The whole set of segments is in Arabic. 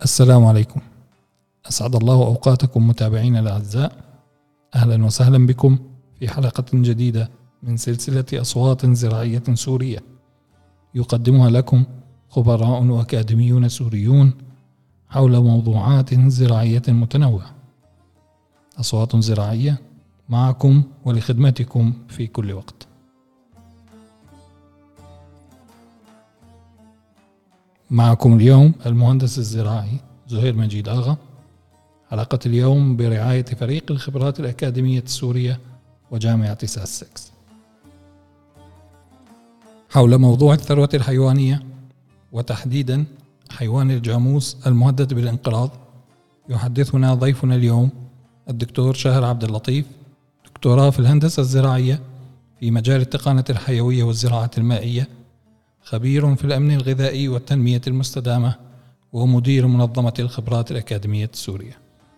السلام عليكم. أسعد الله أوقاتكم متابعين الأعزاء. أهلا وسهلا بكم في حلقة جديدة من سلسلة أصوات زراعية سورية يقدمها لكم خبراء وأكاديميون سوريون حول موضوعات زراعية متنوعة. أصوات زراعية معكم ولخدمتكم في كل وقت. معكم اليوم المهندس الزراعي زهير مجيد آغا. حلقة اليوم برعاية فريق الخبرات الأكاديمية السورية وجامعة ساسكس حول موضوع الثروة الحيوانية، وتحديدا حيوان الجاموس المهدد بالانقراض. يحدثنا ضيفنا اليوم الدكتور شاهر عبد اللطيف، دكتوراه في الهندسة الزراعية في مجال التقنية الحيوية والزراعة المائية، خبير في الأمن الغذائي والتنمية المستدامة، ومدير منظمة الخبرات الأكاديمية السورية.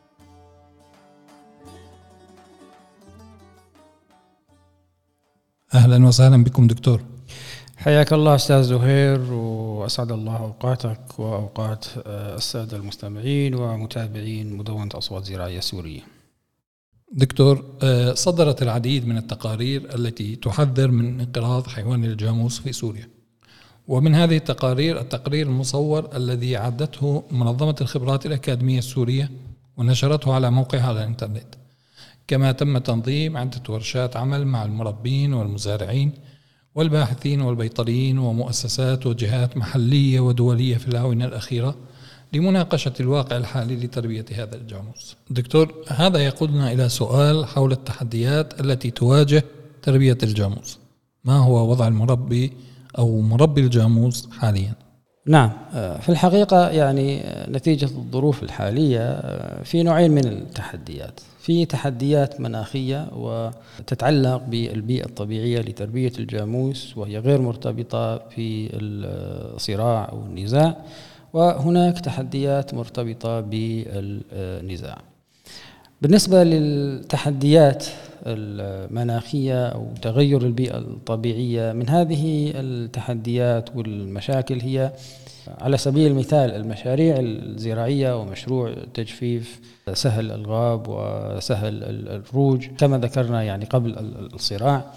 أهلا وسهلا بكم دكتور. حياك الله أستاذ زهير، وأسعد الله أوقاتك وأوقات السادة المستمعين ومتابعين مدونة أصوات زراعية سورية. دكتور، صدرت العديد من التقارير التي تحذر من انقراض حيوان الجاموس في سوريا، ومن هذه التقارير التقرير المصور الذي عدته منظمة الخبرات الأكاديمية السورية ونشرته على موقعها على الإنترنت، كما تم تنظيم عدة ورشات عمل مع المربين والمزارعين والباحثين والبيطريين ومؤسسات وجهات محلية ودولية في الآونة الأخيرة لمناقشة الواقع الحالي لتربية هذا الجاموس. دكتور، هذا يقودنا إلى سؤال حول التحديات التي تواجه تربية الجاموس. ما هو وضع المربي أو مربي الجاموس حاليا؟ نعم، في الحقيقة يعني نتيجة الظروف الحالية في نوعين من التحديات. في تحديات مناخية وتتعلق بالبيئة الطبيعية لتربية الجاموس، وهي غير مرتبطة في الصراع أو النزاع، وهناك تحديات مرتبطة بالنزاع. بالنسبة للتحديات المناخية أو تغير البيئة الطبيعية، من هذه التحديات والمشاكل هي على سبيل المثال المشاريع الزراعية ومشروع تجفيف سهل الغاب وسهل الروج كما ذكرنا يعني قبل الصراع.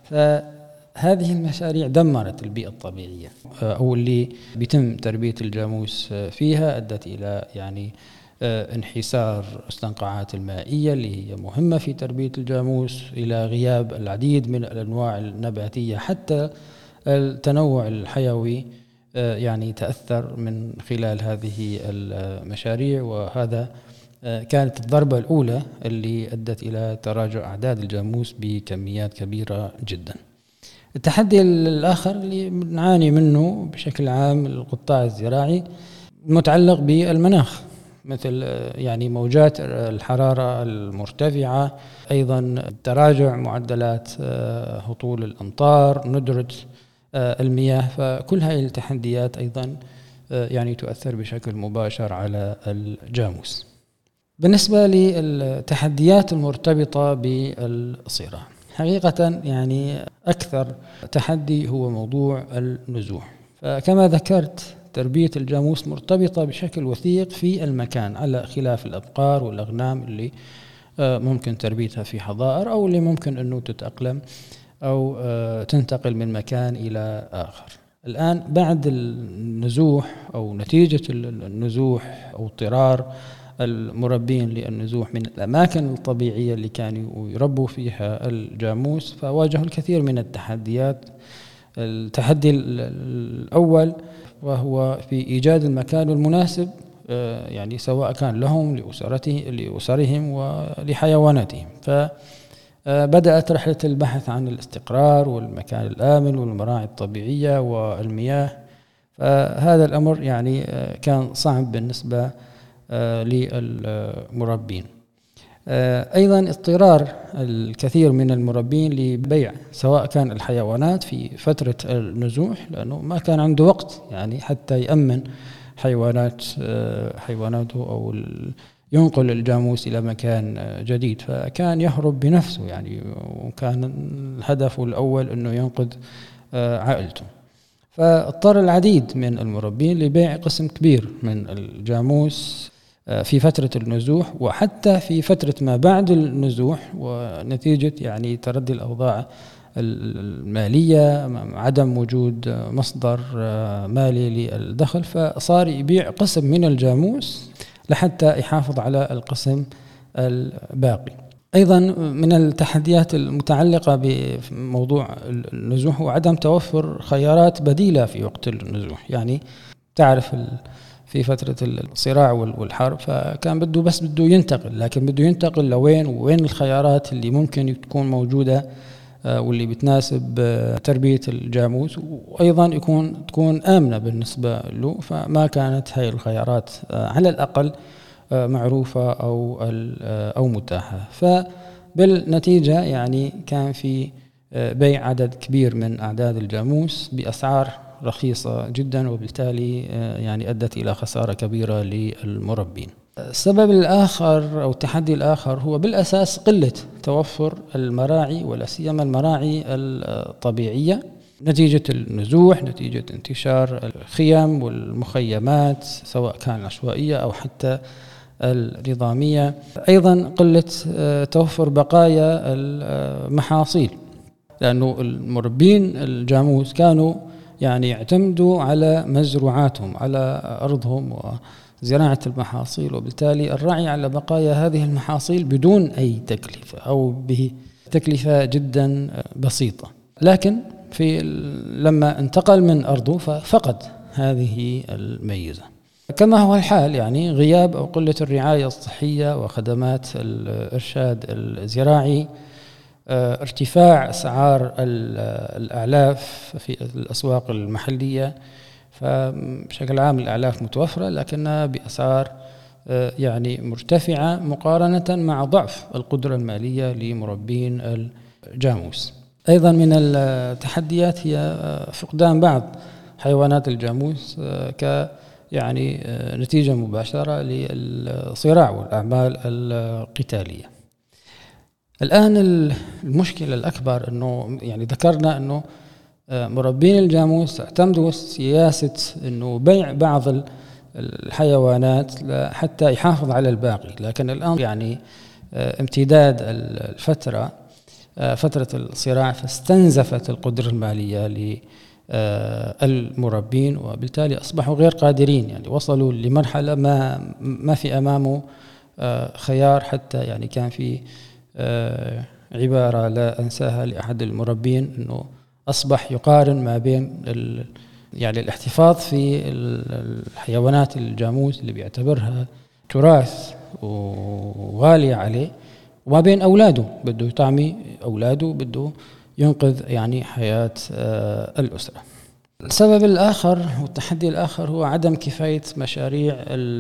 فهذه المشاريع دمرت البيئة الطبيعية أو اللي بيتم تربية الجاموس فيها، أدت إلى يعني انحسار استنقاعات المائية اللي هي مهمة في تربية الجاموس، إلى غياب العديد من الأنواع النباتية، حتى التنوع الحيوي يعني تأثر من خلال هذه المشاريع. وهذا كانت الضربة الأولى اللي أدت إلى تراجع أعداد الجاموس بكميات كبيرة جدا. التحدي الآخر اللي نعاني منه بشكل عام القطاع الزراعي متعلق بالمناخ، مثل يعني موجات الحرارة المرتفعة، أيضا تراجع معدلات هطول الأمطار، ندرة المياه. فكل هذه التحديات أيضا يعني تؤثر بشكل مباشر على الجاموس. بالنسبة للتحديات المرتبطة بالصراع، حقيقة يعني أكثر تحدي هو موضوع النزوح. فكما ذكرت تربية الجاموس مرتبطة بشكل وثيق في المكان، على خلاف الأبقار والأغنام اللي ممكن تربيتها في حظائر أو اللي ممكن أنه تتأقلم أو تنتقل من مكان إلى آخر. الآن بعد النزوح أو نتيجة النزوح أو اضطرار المربين للنزوح من الأماكن الطبيعية اللي كانوا يربوا فيها الجاموس، فواجهوا الكثير من التحديات. التحدي الأول وهو في إيجاد المكان المناسب، يعني سواء كان لهم لأسرهم ولحيواناتهم. فبدأت رحلة البحث عن الاستقرار والمكان الآمن والمراعي الطبيعية والمياه. فهذا الأمر يعني كان صعب بالنسبة للمربين. أيضا اضطرار الكثير من المربين لبيع سواء كان الحيوانات في فترة النزوح، لأنه ما كان عنده وقت يعني حتى يأمن حيواناته أو ينقل الجاموس إلى مكان جديد، فكان يهرب بنفسه يعني، وكان الهدف الأول أنه ينقذ عائلته. فاضطر العديد من المربين لبيع قسم كبير من الجاموس في فترة النزوح، وحتى في فترة ما بعد النزوح، ونتيجة يعني تردي الأوضاع المالية، عدم وجود مصدر مالي للدخل، فصار يبيع قسم من الجاموس لحتى يحافظ على القسم الباقي. أيضا من التحديات المتعلقة بموضوع النزوح هو عدم توفر خيارات بديلة في وقت النزوح. يعني تعرف في فترة الصراع والحرب فكان بده ينتقل، لكن بده ينتقل لوين، وين الخيارات اللي ممكن تكون موجودة واللي بتناسب تربية الجاموس، وأيضا تكون آمنة بالنسبة له. فما كانت هاي الخيارات على الأقل معروفة أو متاحة. فبالنتيجة يعني كان في بيع عدد كبير من أعداد الجاموس بأسعار رخيصة جدا، وبالتالي يعني أدت إلى خسارة كبيرة للمربين. السبب الآخر أو التحدي الآخر هو بالأساس قلة توفر المراعي، ولا سيما المراعي الطبيعية، نتيجة النزوح، نتيجة انتشار الخيم والمخيمات سواء كان عشوائية أو حتى النظامية. أيضا قلة توفر بقايا المحاصيل، لأنه المربين الجاموس كانوا يعني يعتمدوا على مزروعاتهم، على أرضهم وزراعة المحاصيل، وبالتالي الرعي على بقايا هذه المحاصيل بدون أي تكلفة أو بتكلفة جدا بسيطة. لكن لما انتقل من أرضه ففقد هذه الميزة. كما هو الحال يعني غياب أو قلة الرعاية الصحية وخدمات الإرشاد الزراعي، ارتفاع أسعار الأعلاف في الأسواق المحلية، فبشكل عام الأعلاف متوفرة لكنها بأسعار يعني مرتفعة مقارنة مع ضعف القدرة المالية لمربين الجاموس. أيضا من التحديات هي فقدان بعض حيوانات الجاموس يعني نتيجة مباشرة للصراع والأعمال القتالية. الآن المشكلة الأكبر أنه يعني ذكرنا أنه مربين الجاموس اعتمدوا سياسة أنه بيع بعض الحيوانات حتى يحافظ على الباقي، لكن الآن يعني امتداد الفترة فترة الصراع فاستنزفت القدرة المالية للمربين، وبالتالي أصبحوا غير قادرين، يعني وصلوا لمرحلة ما في أمامه خيار. حتى يعني كان في عبارة لا أنساها لأحد المربين أنه أصبح يقارن ما بين يعني الاحتفاظ في الحيوانات الجاموس اللي بيعتبرها تراث وغالية عليه، وما بين أولاده، بده يطعمي أولاده، بده ينقذ يعني حياة الأسرة. السبب الآخر والتحدي الآخر هو عدم كفاية مشاريع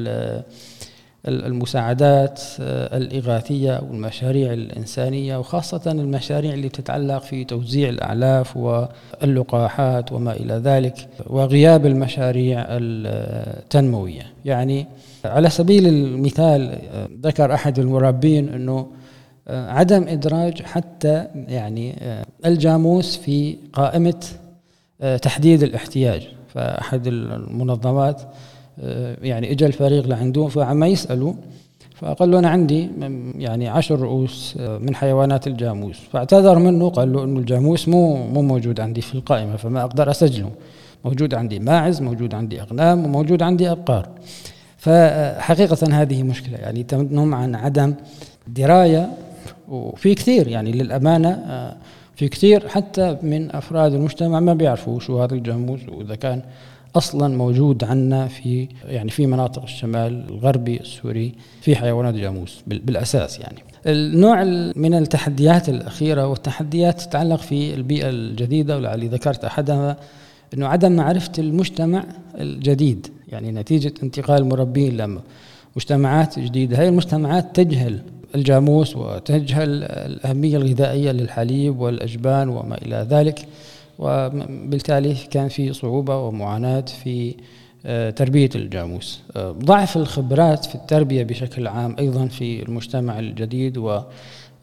المساعدات الإغاثية والمشاريع الإنسانية، وخاصة المشاريع اللي تتعلق في توزيع الأعلاف واللقاحات وما إلى ذلك، وغياب المشاريع التنموية. يعني على سبيل المثال ذكر أحد المربين أنه عدم إدراج حتى يعني الجاموس في قائمة تحديد الاحتياج. فأحد المنظمات يعني اجى الفريق لعنده فعم يسألوا، فقال له أنا عندي يعني 10 رؤوس من حيوانات الجاموس، فاعتذر منه، قال له إنه الجاموس مو موجود عندي في القائمة، فما أقدر أسجله. موجود عندي ماعز، موجود عندي أغنام، وموجود عندي أبقار. فحقيقة هذه مشكلة، يعني تمنهم عن عدم دراية. وفي كثير يعني للأمانة في كثير حتى من أفراد المجتمع ما بيعرفوا شو هذا الجاموس، وإذا كان أصلا موجود عنا في مناطق الشمال الغربي السوري في حيوانات جاموس بالأساس. يعني النوع من التحديات الأخيرة والتحديات تتعلق في البيئة الجديدة، ولعلي ذكرت أحدها أنه عدم معرفة المجتمع الجديد، يعني نتيجة انتقال المربين لمجتمعات جديدة. هاي المجتمعات تجهل الجاموس وتجهل الأهمية الغذائية للحليب والأجبان وما إلى ذلك، وبالتالي كان في صعوبة ومعاناة في تربية الجاموس. ضعف الخبرات في التربية بشكل عام أيضا في المجتمع الجديد،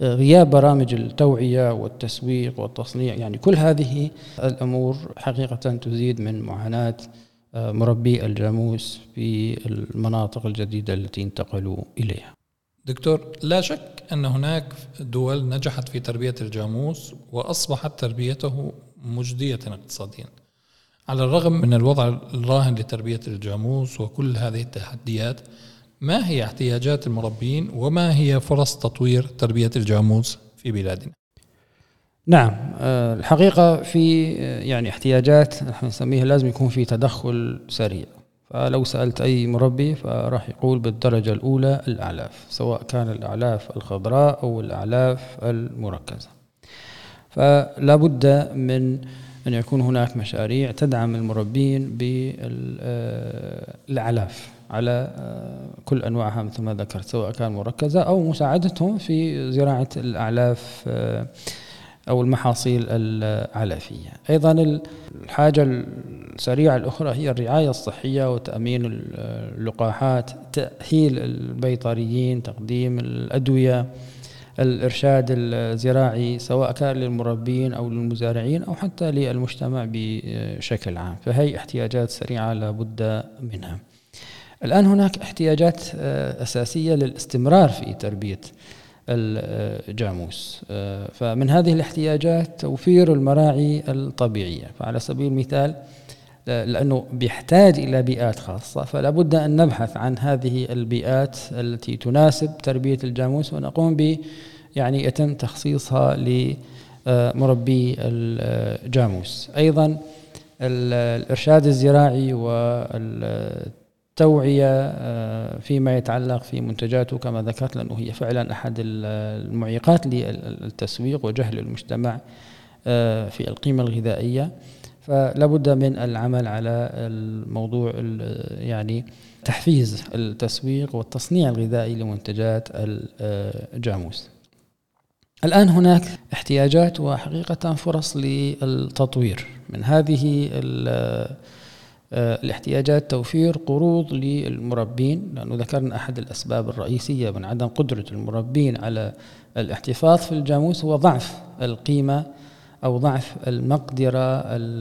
غياب برامج التوعية والتسويق والتصنيع، يعني كل هذه الأمور حقيقة تزيد من معاناة مربي الجاموس في المناطق الجديدة التي انتقلوا إليها. دكتور، لا شك أن هناك دول نجحت في تربية الجاموس وأصبحت تربيته مجدية اقتصاديا، على الرغم من الوضع الراهن لتربية الجاموس وكل هذه التحديات. ما هي احتياجات المربين وما هي فرص تطوير تربية الجاموس في بلادنا؟ نعم، الحقيقة في يعني احتياجات نحن نسميها لازم يكون في تدخل سريع. فلو سألت أي مربي فراح يقول بالدرجة الأولى الأعلاف، سواء كان الأعلاف الخضراء أو الأعلاف المركزة. فلا بد من أن يكون هناك مشاريع تدعم المربين بالأعلاف على كل أنواعها مثل ما ذكرت، سواء كان مركزة أو مساعدتهم في زراعة الأعلاف أو المحاصيل العلفية. أيضا الحاجة السريعة الأخرى هي الرعاية الصحية وتأمين اللقاحات، تأهيل البيطريين، تقديم الأدوية، الإرشاد الزراعي سواء كان للمربين أو للمزارعين أو حتى للمجتمع بشكل عام. فهي احتياجات سريعة لابد منها. الآن هناك احتياجات أساسية للاستمرار في تربية الجاموس. فمن هذه الاحتياجات توفير المراعي الطبيعية. فعلى سبيل المثال، لأنه بيحتاج إلى بيئات خاصة، فلا بد أن نبحث عن هذه البيئات التي تناسب تربية الجاموس ونقوم يعني يتم تخصيصها لمربي الجاموس. أيضا الإرشاد الزراعي والتوعية فيما يتعلق في منتجاته كما ذكرت، لأنه هي فعلا أحد المعيقات للتسويق وجهل المجتمع في القيمة الغذائية. فلا بد من العمل على الموضوع يعني تحفيز التسويق والتصنيع الغذائي لمنتجات الجاموس. الآن هناك احتياجات وحقيقة فرص للتطوير. من هذه الاحتياجات توفير قروض للمربين، لأنه ذكرنا أحد الأسباب الرئيسية من عدم قدرة المربين على الاحتفاظ في الجاموس هو ضعف القيمة أو ضعف المقدرة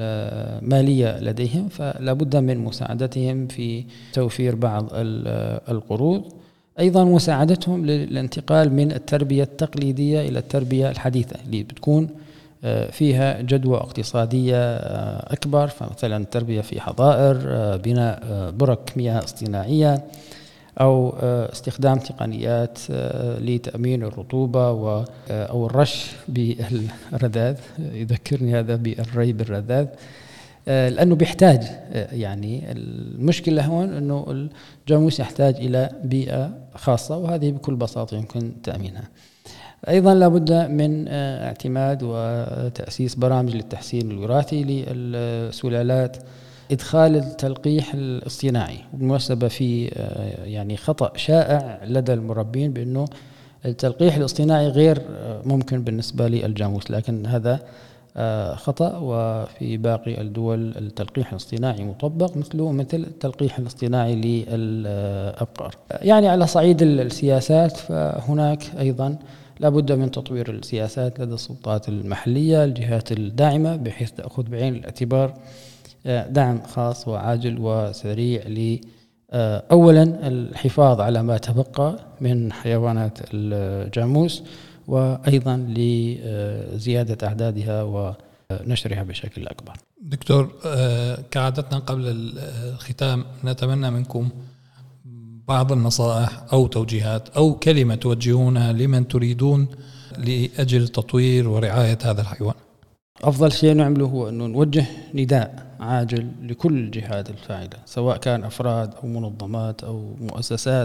المالية لديهم. فلا بد من مساعدتهم في توفير بعض القروض. أيضا مساعدتهم للانتقال من التربية التقليدية إلى التربية الحديثة اللي بتكون فيها جدوى اقتصادية أكبر. فمثلا التربية في حظائر، بناء برك مياه اصطناعية، أو استخدام تقنيات لتأمين الرطوبة أو الرش بالرذاذ. يذكرني هذا بالري بالرذاذ، لأنه بيحتاج يعني المشكلة هون أنه الجاموس يحتاج إلى بيئة خاصة، وهذه بكل بساطة يمكن تأمينها. أيضا لابد من اعتماد وتأسيس برامج للتحسين الوراثي للسلالات، إدخال التلقيح الاصطناعي. بالمناسبة في يعني خطأ شائع لدى المربين بأنه التلقيح الاصطناعي غير ممكن بالنسبة للجاموس، لكن هذا خطأ. وفي باقي الدول التلقيح الاصطناعي مطبق مثل التلقيح الاصطناعي للأبقار. يعني على صعيد السياسات فهناك أيضا لابد من تطوير السياسات لدى السلطات المحلية، الجهات الداعمة، بحيث تأخذ بعين الاعتبار دعم خاص وعاجل وسريع أولا الحفاظ على ما تبقى من حيوانات الجاموس، وأيضا لزيادة أعدادها ونشرها بشكل أكبر. دكتور، كعادتنا قبل الختام نتمنى منكم بعض النصائح أو توجيهات أو كلمة توجهونها لمن تريدون لأجل تطوير ورعاية هذا الحيوان. أفضل شيء نعمله هو أنه نوجه نداء عاجل لكل الجهات الفاعلة، سواء كان أفراد أو منظمات أو مؤسسات،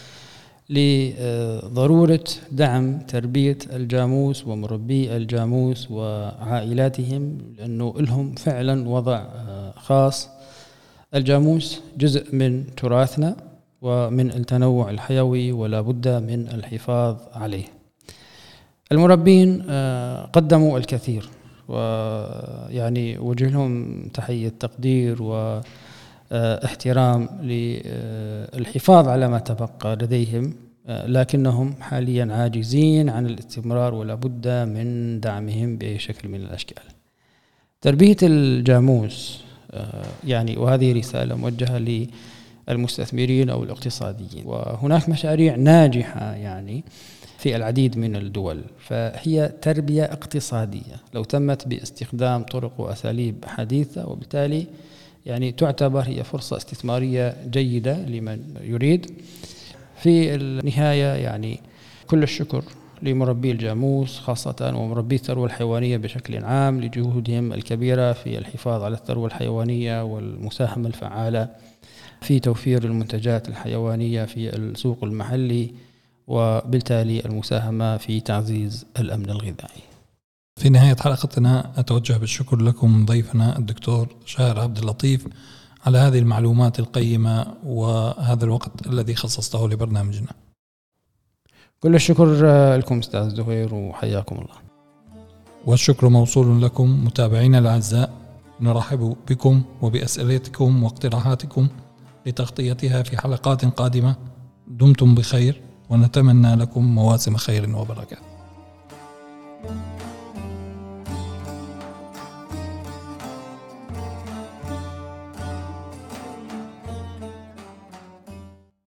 لضرورة دعم تربية الجاموس ومربي الجاموس وعائلاتهم، لأنه لهم فعلا وضع خاص. الجاموس جزء من تراثنا ومن التنوع الحيوي، ولا بد من الحفاظ عليه. المربين قدموا الكثير، ويعني وجه لهم تحية تقدير واحترام للحفاظ على ما تبقى لديهم لكنهم حاليا عاجزين عن الاستمرار ولا بد من دعمهم بأي شكل من الأشكال. تربية الجاموس يعني، وهذه رسالة موجهة للمستثمرين أو الاقتصاديين، وهناك مشاريع ناجحة يعني في العديد من الدول، فهي تربية اقتصادية لو تمت باستخدام طرق وأساليب حديثة، وبالتالي يعني تعتبر هي فرصة استثمارية جيدة لمن يريد. في النهاية يعني كل الشكر لمربي الجاموس خاصة ومربي الثروة الحيوانية بشكل عام لجهودهم الكبيرة في الحفاظ على الثروة الحيوانية والمساهمة الفعالة في توفير المنتجات الحيوانية في السوق المحلي، وبالتالي المساهمة في تعزيز الأمن الغذائي. في نهاية حلقتنا أتوجه بالشكر لكم ضيفنا الدكتور شاهر عبد اللطيف على هذه المعلومات القيمة وهذا الوقت الذي خصصته لبرنامجنا. كل الشكر لكم أستاذ زهير وحياكم الله. والشكر موصول لكم متابعينا الأعزاء، نرحب بكم وبأسئلتكم واقتراحاتكم لتغطيتها في حلقات قادمة. دمتم بخير ونتمنى لكم مواسم خير وبركات.